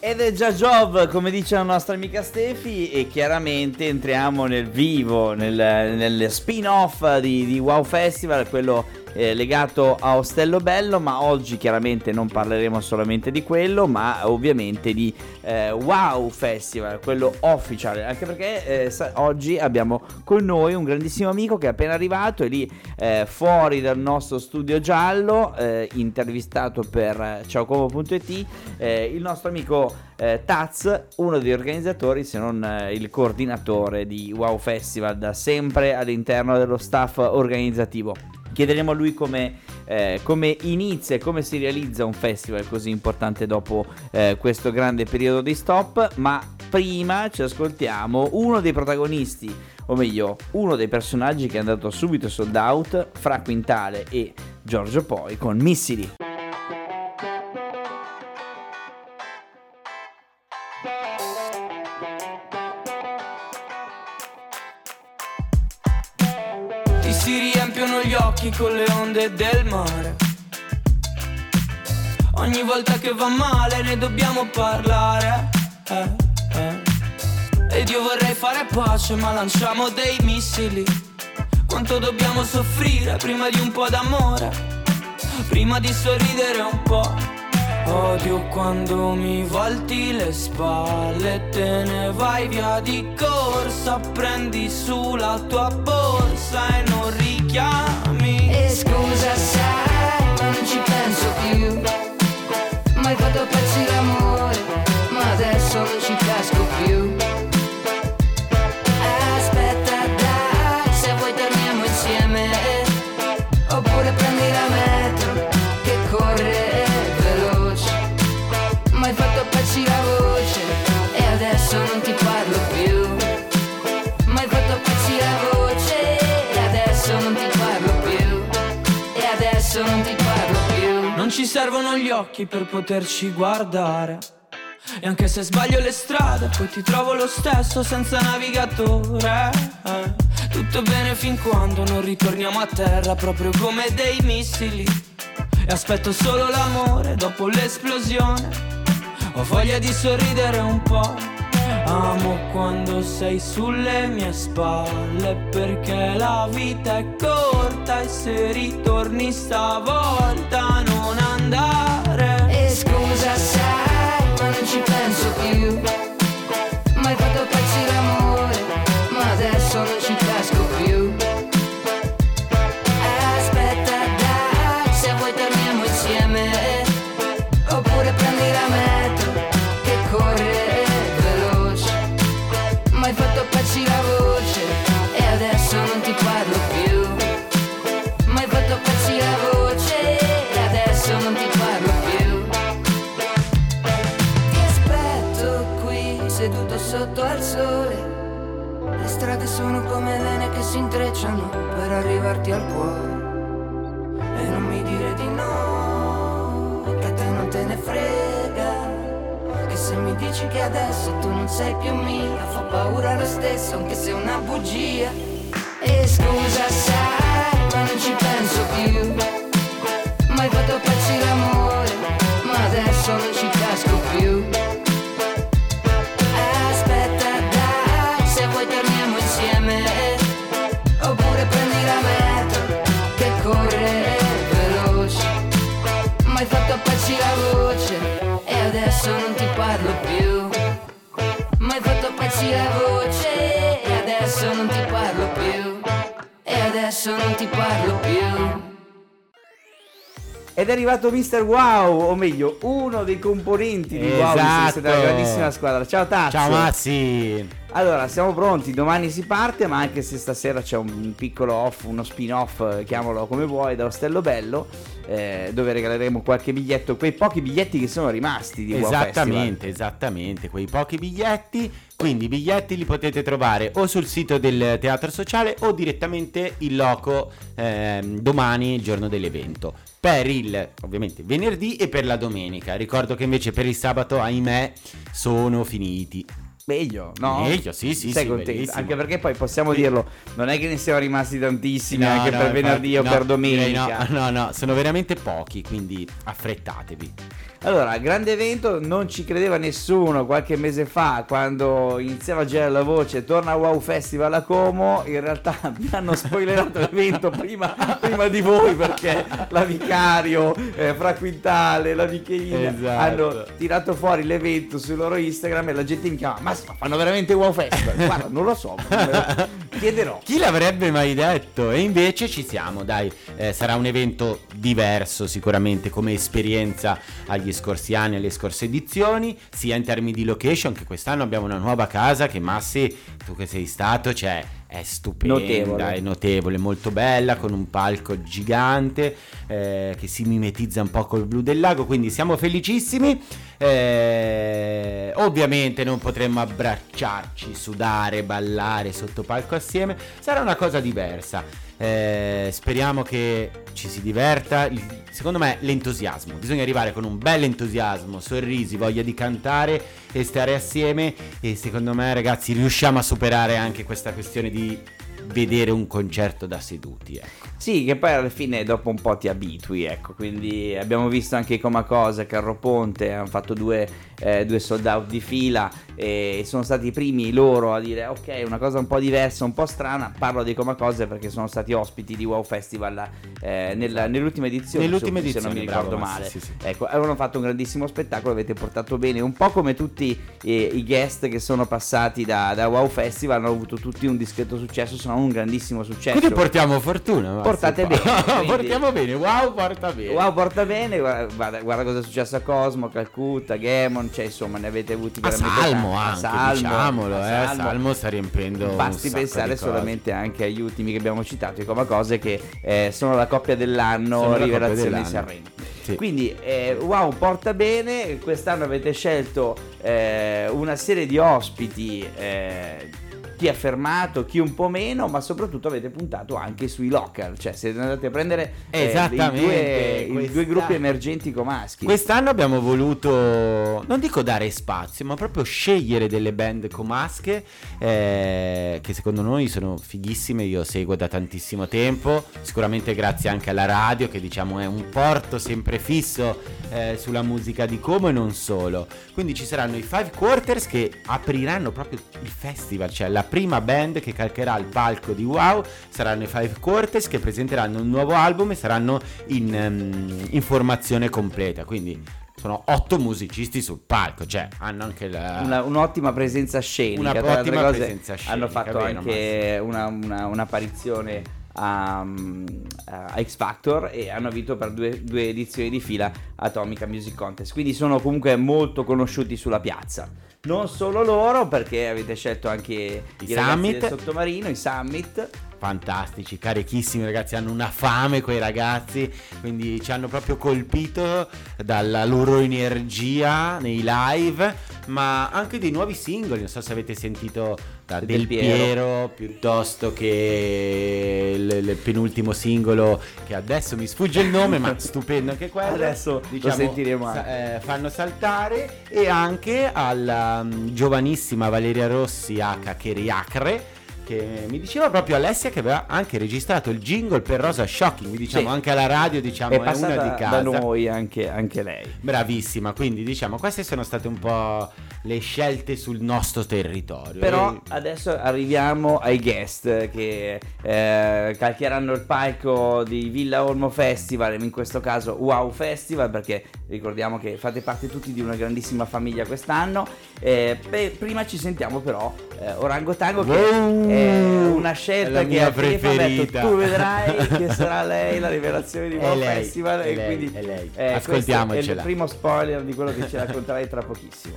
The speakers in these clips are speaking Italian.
Ed è già Giove, come dice la nostra amica Stefi, e chiaramente entriamo nel vivo, nel spin-off di Wow Festival, quello legato a Ostello Bello, ma oggi chiaramente non parleremo solamente di quello, ma ovviamente di Wow Festival, quello official, anche perché oggi abbiamo con noi un grandissimo amico che è appena arrivato, è lì fuori dal nostro studio giallo, intervistato per ciaocomo.it, il nostro amico Taz, uno degli organizzatori, se non il coordinatore di Wow Festival, da sempre all'interno dello staff organizzativo. Chiederemo a lui come inizia e come si realizza un festival così importante dopo questo grande periodo di stop, ma prima ci ascoltiamo uno dei protagonisti, o meglio uno dei personaggi che è andato subito sold out, Fra Quintale e Giorgio Poi con Missili. Si riempiono gli occhi con le onde del mare. Ogni volta che va male ne dobbiamo parlare. Ed io vorrei fare pace, ma lanciamo dei missili. Quanto dobbiamo soffrire prima di un po' d'amore, prima di sorridere un po'. Odio quando mi volti le spalle e te ne vai via di corsa. Prendi su la tua borsa e non richiami. E scusa sai, ma non ci penso più. Mai fatto pezzi d'amore, ma adesso non ci casco più. Aspetta dai, se vuoi torniamo insieme. Oppure prendi la metro che corre veloce. Mai fatto pezzi la voce e adesso non ti parlo più. Mai fatto pezzi la voce e adesso non ti parlo più. E adesso non ti parlo più. Non ci servono gli occhi per poterci guardare. E anche se sbaglio le strade poi ti trovo lo stesso senza navigatore. Tutto bene fin quando non ritorniamo a terra, proprio come dei missili. E aspetto solo l'amore dopo l'esplosione. Ho voglia di sorridere un po'. Amo quando sei sulle mie spalle, perché la vita è corta e se ritorni stavolta non andare. E scusa sai, ma non ci penso più. Mai fatto pezzi d'amore, ma adesso non ci casco più. Aspetta dai, se vuoi torniamo insieme. Oppure prendi la metro che corre veloce. Mai fatto pezzi la voce e adesso non ti parlo più. Mai fatto pezzi la voce e adesso non ti parlo più. Ti aspetto qui seduto sotto al sole. Le strade sono come vene che si intrecciano per arrivarti al cuore. E non mi dire di no, che a te non te ne frega. Che se mi dici che adesso tu non sei più mia, fa paura lo stesso anche se è una bugia. E scusa sai, ma non ci penso più. Mai fatto pezzi d'amore, ma adesso non ci casco più. Aspetta dai, se vuoi torniamo insieme. Oppure prendi la metro che corre veloce. Mai fatto pezzi la voce e adesso non ti parlo più. Mai fatto pezzi la voce e adesso non ti parlo più. E adesso non ti parlo più. Ed è arrivato Mr. Wow, o meglio, uno dei componenti di Wow, siete della grandissima squadra. Ciao Tazzo. Ciao Mazzi. Allora, siamo pronti, domani si parte, ma anche se stasera c'è un piccolo off, uno spin-off, chiamalo come vuoi, da Ostello Bello, dove regaleremo qualche biglietto, quei pochi biglietti che sono rimasti di Wow Festival. Esattamente, quei pochi biglietti. Quindi i biglietti li potete trovare o sul sito del Teatro Sociale o direttamente in loco domani, il giorno dell'evento, per il ovviamente venerdì e per la domenica. Ricordo che invece per il sabato, ahimè, sono finiti. Meglio, no? Meglio, sì, Sei contento? bellissimo. Anche perché poi possiamo dirlo, non è che ne siamo rimasti tantissimi No, anche no, per venerdì o infatti, per domenica. No, sono veramente pochi, quindi affrettatevi. Allora, grande evento, non ci credeva nessuno qualche mese fa quando iniziava a girare la voce torna a Wow Festival a Como. In realtà mi hanno spoilerato l'evento prima di voi, perché la Vicario, Fra Quintale, la Vicherina Esatto. hanno tirato fuori l'evento sul loro Instagram e la gente mi chiama: ma fanno veramente Wow Festival? Guarda, non lo so, chiederò. Chi l'avrebbe mai detto? E invece ci siamo, dai. Sarà un evento diverso sicuramente come esperienza agli scorsi anni, alle scorse edizioni, sia in termini di location, che quest'anno abbiamo una nuova casa che, Massi, tu che sei stato, cioè è stupenda, è notevole, molto bella, con un palco gigante che si mimetizza un po' col blu del lago, quindi siamo felicissimi. Ovviamente non potremmo abbracciarci, sudare, ballare sotto palco assieme, sarà una cosa diversa. Speriamo che ci si diverta. Secondo me l'entusiasmo, bisogna arrivare con un bel entusiasmo, sorrisi, voglia di cantare e stare assieme, e secondo me, ragazzi, riusciamo a superare anche questa questione di vedere un concerto da seduti, ecco. Sì, che poi alla fine dopo un po' ti abitui, ecco. Quindi abbiamo visto anche i Coma Cosa, Carro Ponte, hanno fatto due sold out di fila e sono stati i primi loro a dire ok, una cosa un po' diversa, un po' strana. Parlo dei Coma Cose perché sono stati ospiti di Wow Festival nell'ultima edizione, se non mi ricordo male. Sì. Ecco, avevano fatto un grandissimo spettacolo, avete portato bene, un po' come tutti i guest che sono passati da Wow Festival, hanno avuto tutti un discreto successo, sono un grandissimo successo. Quindi portiamo fortuna, portate bene, quindi... portiamo bene. Wow, porta bene. Wow, porta bene. Guarda cosa è successo a Cosmo, Calcutta, Gamon, cioè insomma ne avete avuti veramente Salmo tanti. anche, diciamolo, Salmo sta riempiendo. Basti pensare solamente anche agli ultimi che abbiamo citato, i Coma Cose, che sono la coppia dell'anno, rivelazione di Sanremo. Sì. Quindi wow, porta bene. Quest'anno avete scelto una serie di ospiti, chi ha fermato, chi un po' meno, ma soprattutto avete puntato anche sui local, cioè siete andati a prendere i due gruppi emergenti comaschi. Quest'anno abbiamo voluto, non dico dare spazio, ma proprio scegliere delle band comasche che secondo noi sono fighissime. Io seguo da tantissimo tempo, sicuramente grazie anche alla radio, che diciamo è un porto sempre fisso sulla musica di Como e non solo. Quindi ci saranno i Five Quarters che apriranno proprio il festival, cioè la prima band che calcherà il palco di Wow saranno i Five Quarters, che presenteranno un nuovo album e saranno in formazione completa, quindi sono 8 musicisti sul palco, cioè hanno anche un'ottima presenza scenica, hanno fatto anche un'apparizione a X Factor e hanno vinto per due edizioni di fila Atomica Music Contest, quindi sono comunque molto conosciuti sulla piazza. Non solo loro, perché avete scelto anche i ragazzi del Sottomarino, i Summit. Fantastici, carichissimi, ragazzi, hanno una fame quei ragazzi, quindi ci hanno proprio colpito dalla loro energia nei live, ma anche dei nuovi singoli. Non so se avete sentito Del Piero, piuttosto che il penultimo singolo, che adesso mi sfugge il nome, ma stupendo anche quello. Adesso lo sentiremo anche. Fanno saltare. E anche alla giovanissima Valeria Rossi H. Keriacre, che mi diceva proprio Alessia che aveva anche registrato il jingle per Rosa Shocking, diciamo, anche alla radio, diciamo, è passata una di casa. da noi anche lei. Bravissima, quindi diciamo queste sono state un po' le scelte sul nostro territorio. Però adesso arriviamo ai guest che calcheranno il palco di Villa Olmo Festival, in questo caso Wow Festival, perché ricordiamo che fate parte tutti di una grandissima famiglia quest'anno. Prima ci sentiamo però Orangotango, che è una scelta che a preferita. Tu vedrai che sarà lei la rivelazione di Wow Festival, e quindi è lei. Ascoltiamocela. È il primo spoiler di quello che ci racconterai tra pochissimo.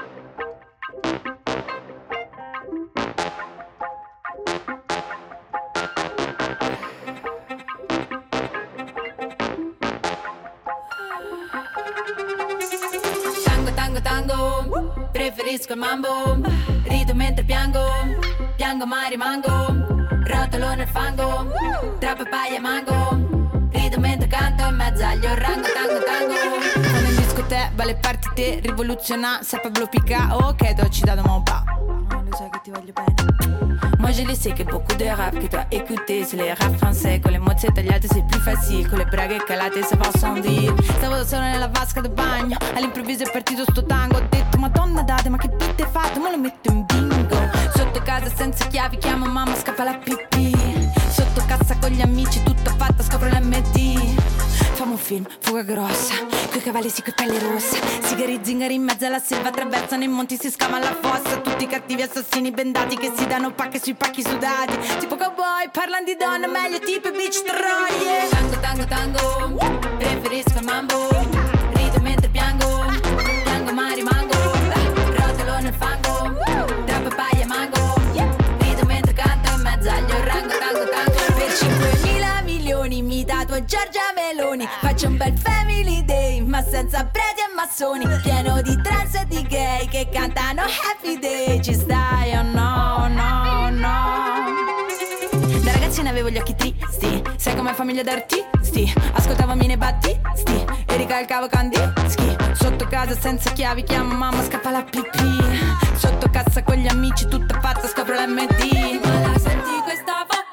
Tango, preferisco il mambo. Rido mentre piango ma rimango. Rotolo nel fango, tra papaya e mango. Rido mentre canto in mezzo agli orangotango. Sono in discoteca, Ballava le partite, rivoluzionà, c'est Pablo Pica. Ok, t'ho citato mon pas. Non lo sai che ti voglio bene. Moi je le sais que beaucoup de rap que t'as écouté, c'est les rap français. Con le mozze tagliate c'est plus facile, con le braghe calate ça va sans dire. Stavo solo nella vasca del bagno, all'improvviso è partito sto tango. Ho detto madonna date, ma che beat hai fatto? Me lo metto in bingo. Sotto casa senza chiavi, chiamo mamma, scappa la pipì. Sotto cassa con gli amici, tutto fatto, scopro l'MD. Facciamo un film, fuga grossa, coi cavalli sì, coi pelle rosse. Sigari zingari in mezzo alla selva, attraversano i monti, si scavano la fossa. Tutti cattivi assassini bendati che si danno pacche sui pacchi sudati. Tipo cowboy, parlano di donne, meglio tipo i beach troie. Tango, tango, tango, preferisco il mambo. Rido mentre piango, piango ma rimango. Rotolo nel fango, tra papaya e mango. Rido mentre canto in mezzo agli orango, tango, tango. Per 5.000 milioni mi tatuo Giorgia Meloni. Faccio un bel family day, ma senza preti e massoni. Pieno di trans e di gay che cantano happy day. Ci stai o no, no, no? Da ragazzina avevo gli occhi tristi, sai come famiglia d'artisti. Ascoltavo Mine Battisti e ricalcavo Kandinsky. Sotto casa senza chiavi, chiamo mamma, scappa la pipì. Sotto cassa con gli amici, tutta fatta, scopro l'MD. Ma la senti questa voce?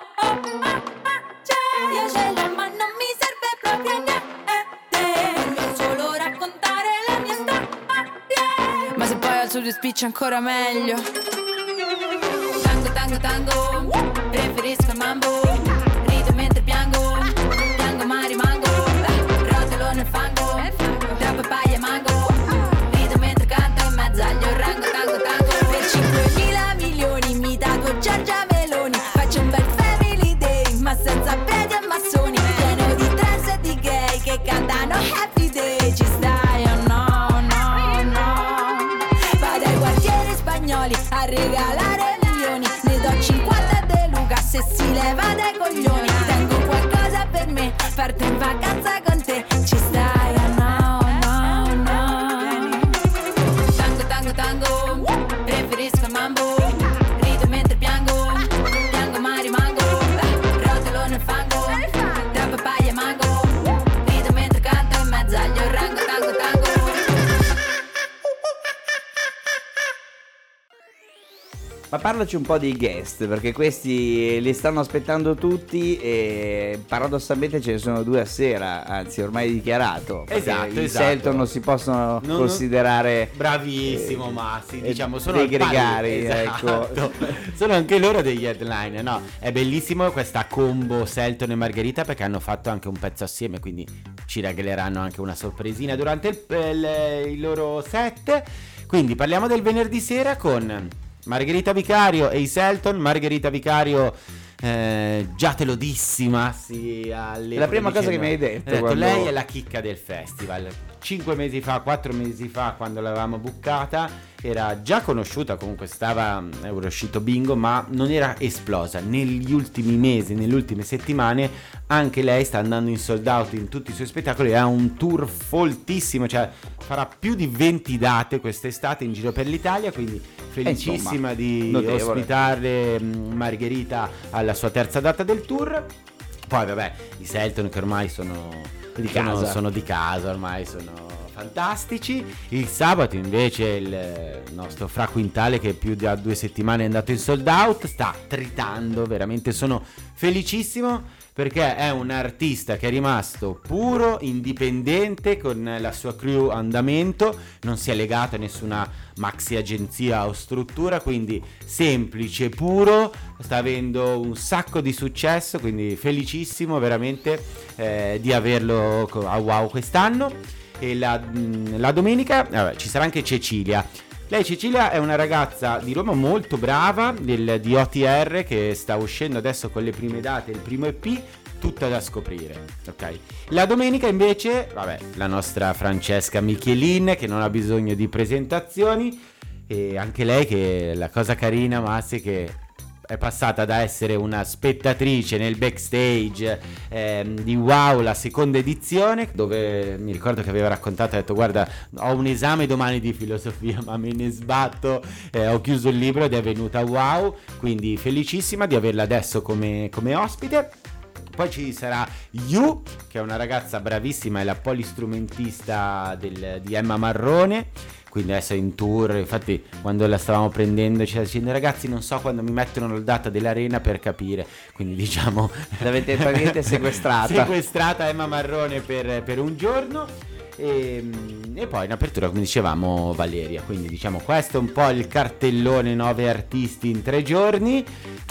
Io ce l'ho ma non mi serve proprio niente. Voglio solo raccontare la mia storia. Ma se poi al suo spiccio ancora meglio. Tango, tango, tango, preferisco il mambo. Rido mentre piango, piango ma rimango. Rotolo nel fango, tra papaya e mango. Rido mentre canto in mezzo agli orango, tango, tango. Per 5.000 milioni mi tatuo Giorgia Meloni. Faccio un bel family day, ma senza preti e massoni. Pieno di trans e di gay che cantano happy day. Ci stai o no, no, no? Vado ai quartieri spagnoli a regalare milioni. Ne do 50 De Luca se si leva dai coglioni. Tengo qualcosa per me, parto in vacanza con te. Ci stai o no, no, no? Tango, tango, tango, preferisco il mambo. Rido mentre piango, piango ma rimango. Rotolo nel fango, tra papaya e mango. Rido mentre canto in mezzo agli orango, tango, tango. Ma parlaci un po' dei guest, perché questi li stanno aspettando tutti e paradossalmente ce ne sono 2 a sera, anzi ormai dichiarato. Esatto, i esatto. Selton non si possono considerare bravissimo, ma sì, diciamo sono dei al pari, gregari, esatto. ecco. Sono anche loro degli headliner, no? È bellissimo questa combo Selton e Margherita perché hanno fatto anche un pezzo assieme, quindi ci regaleranno anche una sorpresina durante il loro set. Quindi parliamo del venerdì sera con Margherita Vicario e i Selton. Margherita Vicario, già te lo dissi, Massi, È la prima cosa che mi hai detto. Quando... lei è la chicca del festival. 5 mesi fa, 4 mesi fa, quando l'avevamo buccata, era già conosciuta, comunque stava Euroscito Bingo, ma non era esplosa. Negli ultimi mesi, nelle ultime settimane, anche lei sta andando in sold out in tutti i suoi spettacoli. Ha un tour foltissimo, cioè farà più di 20 date quest'estate in giro per l'Italia, quindi felicissima di notevole ospitare Margherita alla sua terza data del tour. Poi vabbè, i Selton che ormai sono di casa, ormai sono fantastici. Il sabato invece il nostro Fra Quintale, che più di 2 settimane è andato in sold out, sta tritando, veramente sono felicissimo perché è un artista che è rimasto puro, indipendente, con la sua crew Andamento, non si è legato a nessuna maxi agenzia o struttura, quindi semplice, puro, sta avendo un sacco di successo, quindi felicissimo veramente di averlo a Wow quest'anno. E la domenica ci sarà anche Cecilia. Lei, Cecilia, è una ragazza di Roma molto brava, di OTR, che sta uscendo adesso con le prime date, il primo EP, tutta da scoprire, ok? La domenica invece, la nostra Francesca Michelin, che non ha bisogno di presentazioni, e anche lei, che la cosa carina, Massi, che è passata da essere una spettatrice nel backstage di Wow, la seconda edizione, dove mi ricordo che aveva raccontato, ha detto: guarda, ho un esame domani di filosofia, ma me ne sbatto, ho chiuso il libro, ed è venuta a Wow, quindi felicissima di averla adesso come ospite. Poi ci sarà Yu, che è una ragazza bravissima, è la polistrumentista di Emma Marrone, quindi adesso è in tour. Infatti quando la stavamo prendendo ci stava dicendo: ragazzi, non so quando mi mettono la data dell'arena per capire, quindi diciamo l'avete praticamente sequestrata Emma Marrone per un giorno. E poi in apertura, come dicevamo, Valeria. Quindi diciamo questo è un po' il cartellone, 9 artisti in 3 giorni.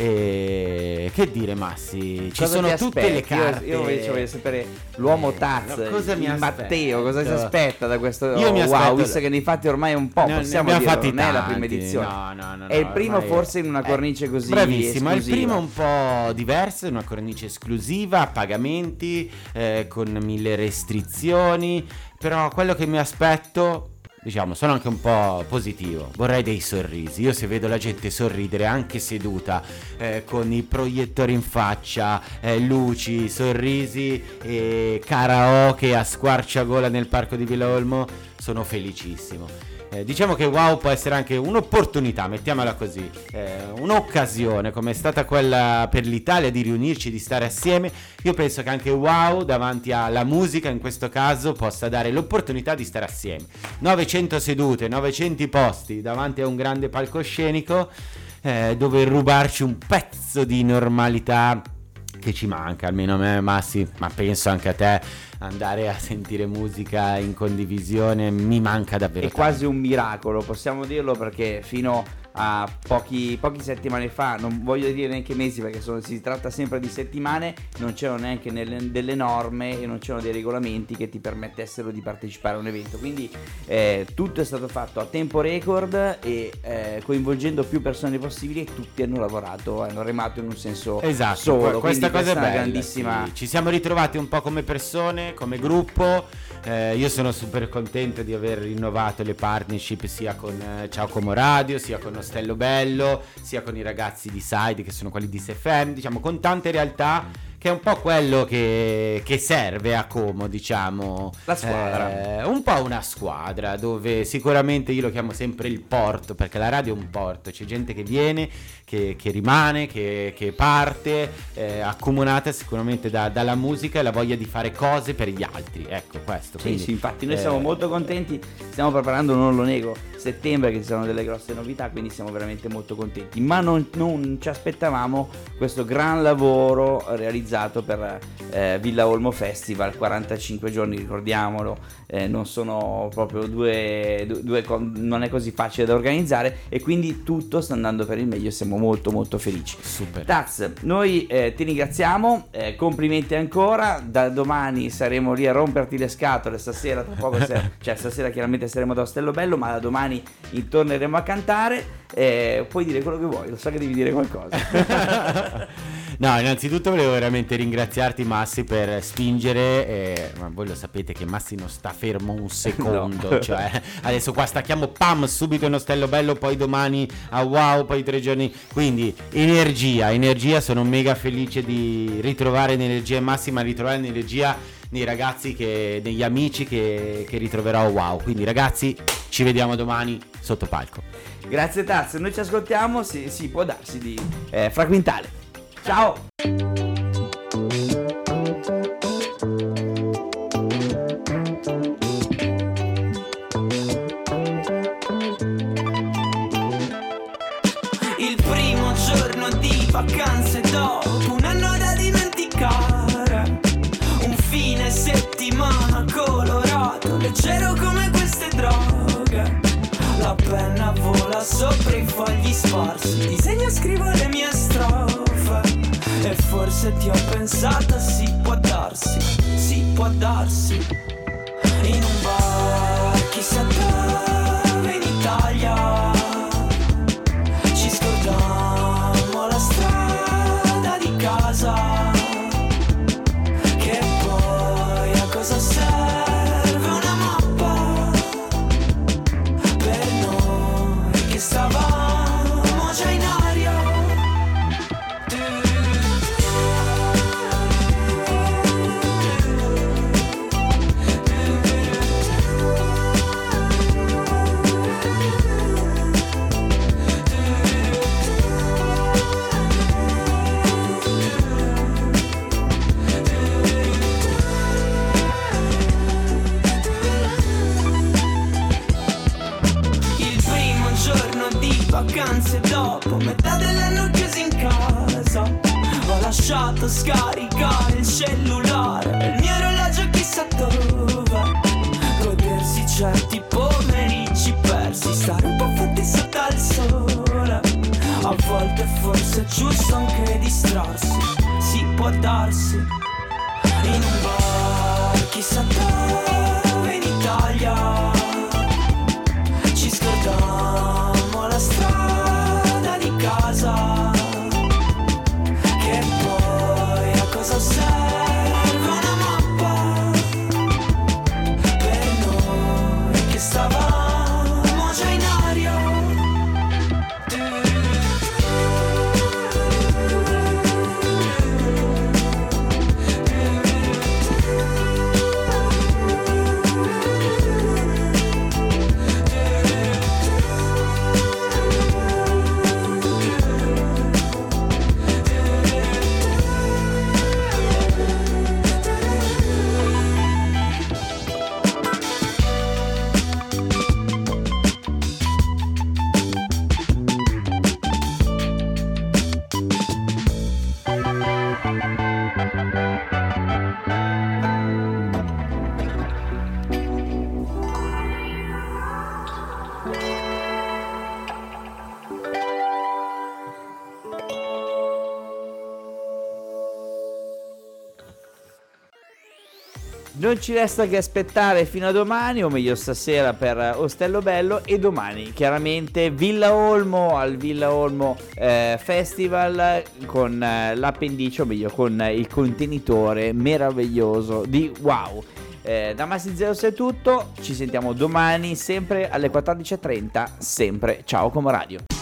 E che dire, Massi, ci sono tutte le carte. Io voglio sapere l'uomo Taz, il Matteo, cosa si aspetta da questo wow, visto che nei fatti ormai è un po', possiamo dire, non è la prima edizione. No, è il primo forse in una cornice così bravissimo, esclusiva. È il primo un po' diverso, in una cornice esclusiva, a pagamenti, con 1000 restrizioni. Però quello che mi aspetto, diciamo, sono anche un po' positivo. Vorrei dei sorrisi. Io se vedo la gente sorridere anche seduta, con i proiettori in faccia, luci, sorrisi e karaoke a squarciagola nel parco di Villa Olmo, sono felicissimo. Diciamo che wow può essere anche un'opportunità, mettiamola così, un'occasione come è stata quella per l'Italia di riunirci, di stare assieme. Io penso che anche wow davanti alla musica in questo caso possa dare l'opportunità di stare assieme. 900 sedute, 900 posti davanti a un grande palcoscenico, dove rubarci un pezzo di normalità che ci manca, almeno a me, Massi, ma penso anche a te. Andare a sentire musica in condivisione mi manca davvero è quasi un miracolo, possiamo dirlo, perché fino a pochi settimane fa, non voglio dire neanche mesi perché si tratta sempre di settimane, non c'erano neanche delle norme e non c'erano dei regolamenti che ti permettessero di partecipare a un evento, quindi tutto è stato fatto a tempo record e coinvolgendo più persone possibili, e tutti hanno lavorato, hanno remato in un senso solo. Questa cosa è bella, grandissima. Sì. Ci siamo ritrovati un po' come persone, come gruppo. Io sono super contento di aver rinnovato le partnership sia con Ciao Como Radio, sia con Ostello Bello, sia con i ragazzi di Side, che sono quelli di SFM, diciamo, con tante realtà, che è un po' quello che serve a Como, diciamo, la squadra, un po' una squadra dove sicuramente io lo chiamo sempre il porto, perché la radio è un porto, c'è gente che viene, che rimane, che parte, accomunata sicuramente dalla musica e la voglia di fare cose per gli altri, ecco questo. Quindi, sì, infatti noi siamo molto contenti, stiamo preparando, non lo nego, settembre, che ci sono delle grosse novità, quindi siamo veramente molto contenti, ma non ci aspettavamo questo gran lavoro realizzato per Villa Olmo Festival. 45 giorni, ricordiamolo, non sono proprio non è così facile da organizzare, e quindi tutto sta andando per il meglio, siamo molto molto felici. Super. Taz, noi ti ringraziamo, complimenti ancora, da domani saremo lì a romperti le scatole, stasera tra poco cioè stasera chiaramente saremo da Ostello Bello, ma da domani torneremo a cantare, puoi dire quello che vuoi, lo so che devi dire qualcosa. No, innanzitutto volevo veramente ringraziarti, Massi, per spingere, ma voi lo sapete che Massi non sta fermo un secondo, no. Cioè adesso qua stacchiamo, pam, subito in Ostello Bello, poi domani a wow, poi 3 giorni, quindi energia, sono mega felice di ritrovare l'energia massima, ritrovare l'energia nei ragazzi, degli amici che ritroverò a wow, quindi ragazzi ci vediamo domani sotto palco. Grazie Taz, noi ci ascoltiamo, si può darsi di Fra Quintale. Ciao! Il primo giorno di vacanze dopo un anno da dimenticare, un fine settimana colorato, leggero come queste droghe. La penna vola sopra i fogli sparsi, disegno e scrivo le mie strofe. E forse ti ho pensato, si può darsi, in un bar, chissà dove in Italia, ci scordammo la strada di casa, che poi a cosa serve una mappa, per noi che stavamo già in aria. scaricare il cellulare, il mio orologio chissà dove, godersi certi pomeriggi persi, stare un po' fatti sotto al sole. A volte forse è giusto anche distrarsi, si può darsi, in un bar chissà dove in Italia, ci scordiamo la strada di casa, che poi a cosa serve una mappa per noi che stavamo già in aria. Non ci resta che aspettare fino a domani, o meglio stasera, per Ostello Bello, e domani chiaramente Villa Olmo al Villa Olmo Festival con l'appendice, o meglio con il contenitore meraviglioso di Wow. Da Massi Zeus è tutto, ci sentiamo domani sempre alle 14:30, sempre Ciao Como Radio.